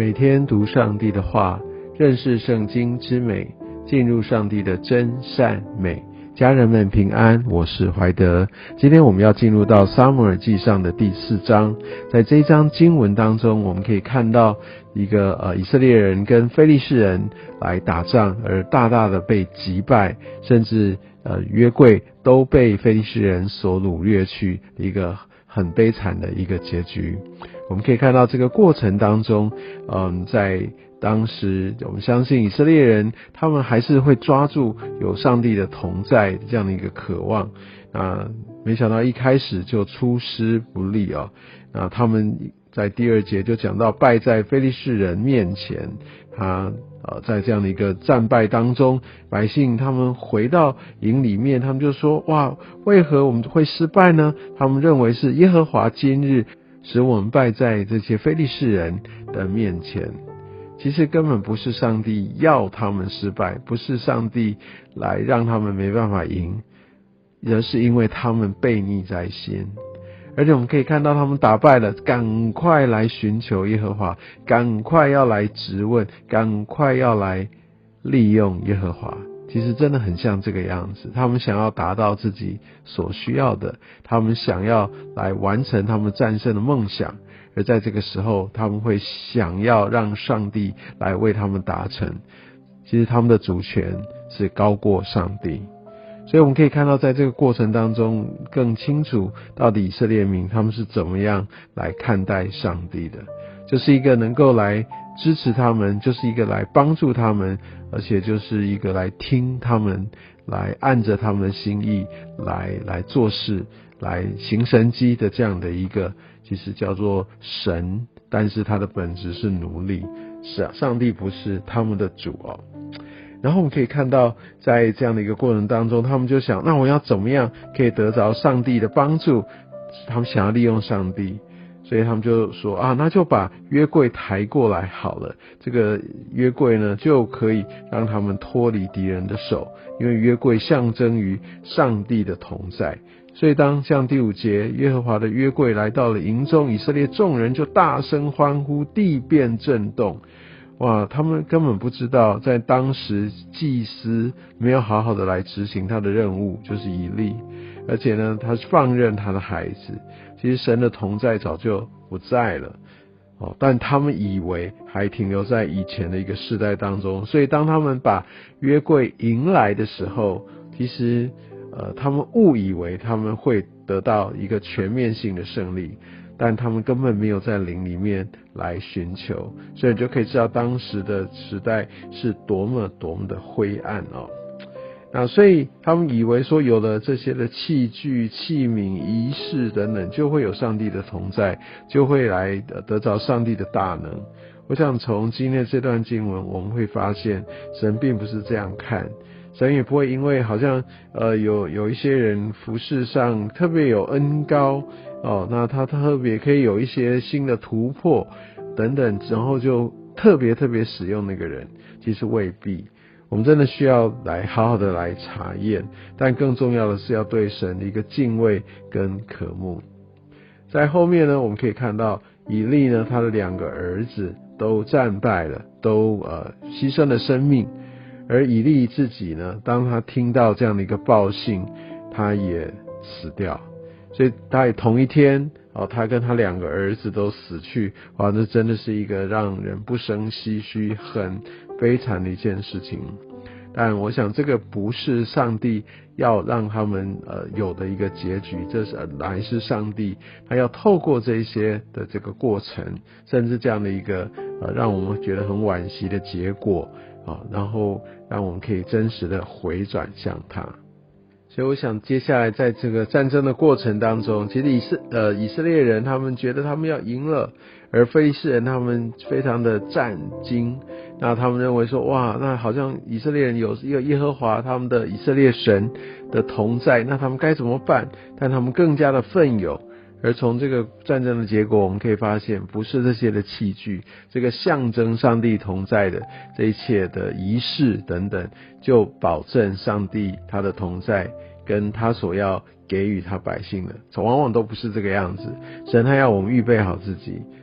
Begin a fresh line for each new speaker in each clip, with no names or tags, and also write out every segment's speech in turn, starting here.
每天读上帝的话，认识圣经之美，进入上帝的真善美。家人们平安，我是怀德。今天我们要进入到撒母耳记上的第4章。在这一章经文当中，我们可以看到一个以色列人跟非利士人来打仗，而大大的被击败，甚至约柜都被非利士人所掳掠去，一个很悲惨的一个结局。我们可以看到这个过程当中，在当时我们相信以色列人他们还是会抓住有上帝的同在这样的一个渴望，没想到一开始就出师不利那他们在第2节就讲到败在非利士人面前，在这样的一个战败当中，百姓他们回到营里面，他们就说，哇，为何我们会失败呢？他们认为是耶和华今日使我们败在这些非利士人的面前。其实根本不是上帝要他们失败，不是上帝来让他们没办法赢，而是因为他们悖逆在先。而且我们可以看到他们打败了，赶快来寻求耶和华，赶快要来质问，赶快要来利用耶和华。其实真的很像这个样子，他们想要达到自己所需要的，他们想要来完成他们战胜的梦想，而在这个时候他们会想要让上帝来为他们达成。其实他们的主权是高过上帝，所以我们可以看到在这个过程当中更清楚到底以色列民他们是怎么样来看待上帝的，就是一个能够来支持他们，就是一个来帮助他们，而且就是一个来听他们，来按着他们的心意来做事，来行神迹的这样的一个，其实叫做神，但是他的本质是奴隶，上帝不是他们的主然后我们可以看到在这样的一个过程当中，他们就想，那我要怎么样可以得着上帝的帮助？他们想要利用上帝，所以他们就说那就把约柜抬过来好了，这个约柜呢就可以让他们脱离敌人的手，因为约柜象征于上帝的同在。所以当像第5节，耶和华的约柜来到了营中，以色列众人就大声欢呼，地便震动。哇，他们根本不知道，在当时祭司没有好好的来执行他的任务，就是以利，而且呢他放任他的孩子，其实神的同在早就不在了但他们以为还停留在以前的一个世代当中，所以当他们把约柜迎来的时候，其实他们误以为他们会得到一个全面性的胜利，但他们根本没有在灵里面来寻求，所以你就可以知道当时的时代是多么多么的灰暗所以他们以为说有了这些的器具、器皿、仪式等等，就会有上帝的同在，就会来得着上帝的大能。我想从今天这段经文我们会发现，神并不是这样看，神也不会因为好像有一些人服事上特别有恩膏那他特别可以有一些新的突破等等，然后就特别使用那个人，其实未必。我们真的需要来好好的来查验，但更重要的是要对神的一个敬畏跟渴慕。在后面呢，我们可以看到以利呢，他的2个儿子都战败了，都牺牲了生命，而以利自己呢，当他听到这样的一个报信，他也死掉，所以他也同一天他跟他2个儿子都死去。哇，那真的是一个让人不胜唏嘘、很悲惨的一件事情。但我想这个不是上帝要让他们有的一个结局，这是乃是上帝他要透过这些的这个过程，甚至这样的一个让我们觉得很惋惜的结果然后让我们可以真实的回转向他。所以我想接下来在这个战争的过程当中，其实以色列人他们觉得他们要赢了，而非利士人他们非常的战惊，那他们认为说，哇，那好像以色列人有一个耶和华他们的以色列神的同在，那他们该怎么办？但他们更加的奋勇。而从这个战争的结果我们可以发现，不是这些的器具，这个象征上帝同在的这一切的仪式等等，就保证上帝他的同在跟他所要给予他百姓的，往往都不是这个样子。神他要我们预备好自己，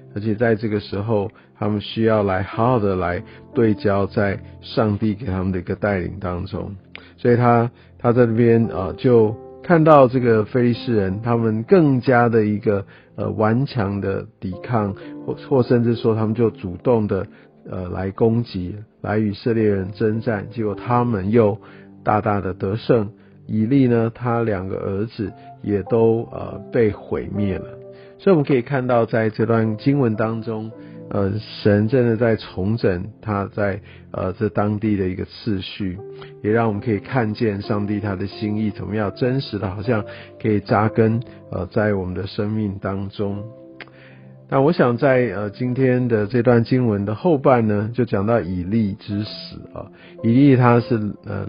而且在这个时候，他们需要来好好的来对焦在上帝给他们的一个带领当中。所以他在这边就看到这个非利士人他们更加的一个顽强的抵抗，或甚至说他们就主动的来攻击，来与以色列人征战，结果他们又大大的得胜。以利呢，他2个儿子也都被毁灭了。所以我们可以看到在这段经文当中，神真的在重整他在这当地的一个次序，也让我们可以看见上帝他的心意怎么样真实的好像可以扎根在我们的生命当中。那我想在今天的这段经文的后半呢，就讲到以利之死以利他是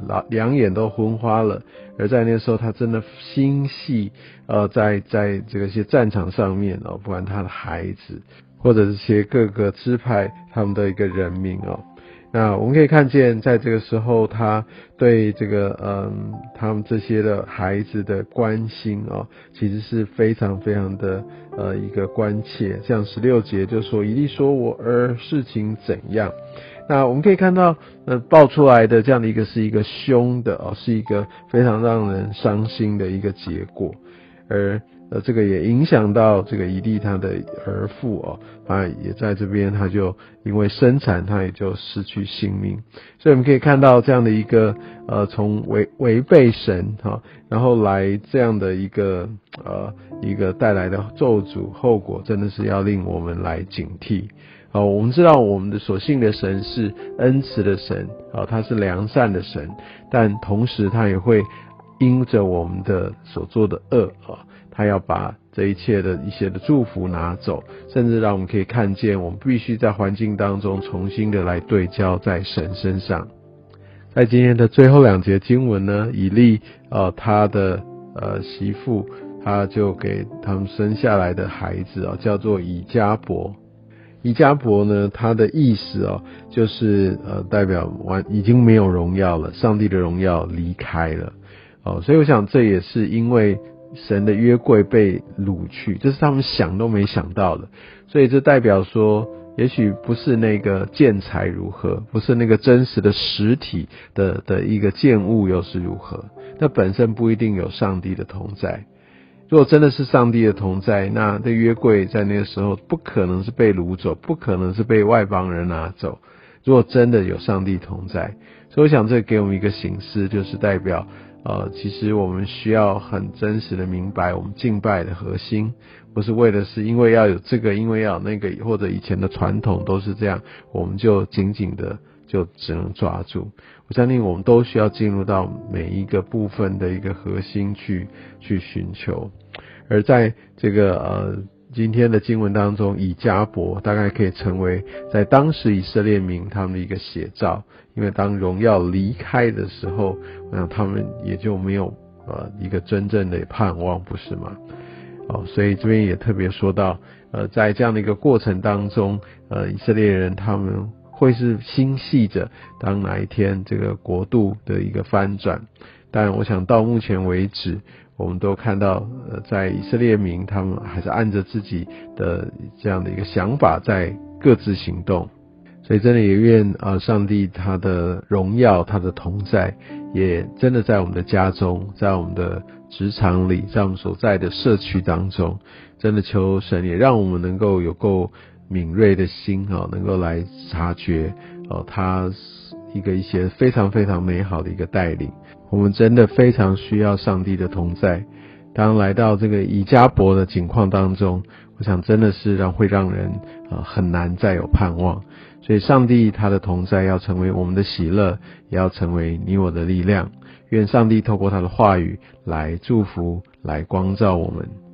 2眼都昏花了，而在那时候他真的心系在这个些战场上面不管他的孩子或者这些各个支派他们的一个人民那我们可以看见在这个时候他对这个他们这些的孩子的关心其实是非常非常的一个关切。像16节就说，以利说，我儿事情怎样。那我们可以看到爆出来的这样的一个是一个凶的是一个非常让人伤心的一个结果。而这个也影响到这个以利他的儿妇他也在这边他就因为生产他也就失去性命。所以我们可以看到这样的一个从违背神然后来这样的一个带来的咒诅后果，真的是要令我们来警惕。我们知道我们的所信的神是恩慈的神他是良善的神，但同时他也会因着我们的所做的恶他要把这一切的一些的祝福拿走，甚至让我们可以看见我们必须在环境当中重新的来对焦在神身上。在今天的最后2节经文呢，以利他的媳妇他就给他们生下来的孩子叫做以迦伯。以迦伯呢，他的意思就是代表已经没有荣耀了，上帝的荣耀离开了所以我想这也是因为神的约柜被掳去，这是他们想都没想到的。所以这代表说，也许不是那个建材如何，不是那个真实的实体的一个建物又是如何，那本身不一定有上帝的同在。如果真的是上帝的同在，那这约柜在那个时候不可能是被掳走，不可能是被外邦人拿走。如果真的有上帝同在，所以我想这给我们一个省思，就是代表其实我们需要很真实的明白我们敬拜的核心，不是为了是因为要有这个，因为要有那个，或者以前的传统都是这样，我们就紧紧的就只能抓住。我相信我们都需要进入到每一个部分的一个核心去寻求。而在这个今天的经文当中，以迦伯大概可以成为在当时以色列民他们的一个写照，因为当荣耀离开的时候，我想他们也就没有一个真正的盼望，不是吗？所以这边也特别说到在这样的一个过程当中以色列人他们会是心系着当哪一天这个国度的一个翻转。但我想到目前为止，我们都看到在以色列民他们还是按着自己的这样的一个想法在各自行动。所以真的也愿上帝他的荣耀他的同在也真的在我们的家中，在我们的职场里，在我们所在的社区当中，真的求神也让我们能够有够敏锐的心能够来察觉他一些非常非常美好的一个带领。我们真的非常需要上帝的同在。当来到这个以迦伯的境况当中，我想真的是会让人很难再有盼望。所以上帝他的同在要成为我们的喜乐，也要成为你我的力量。愿上帝透过他的话语来祝福，来光照我们。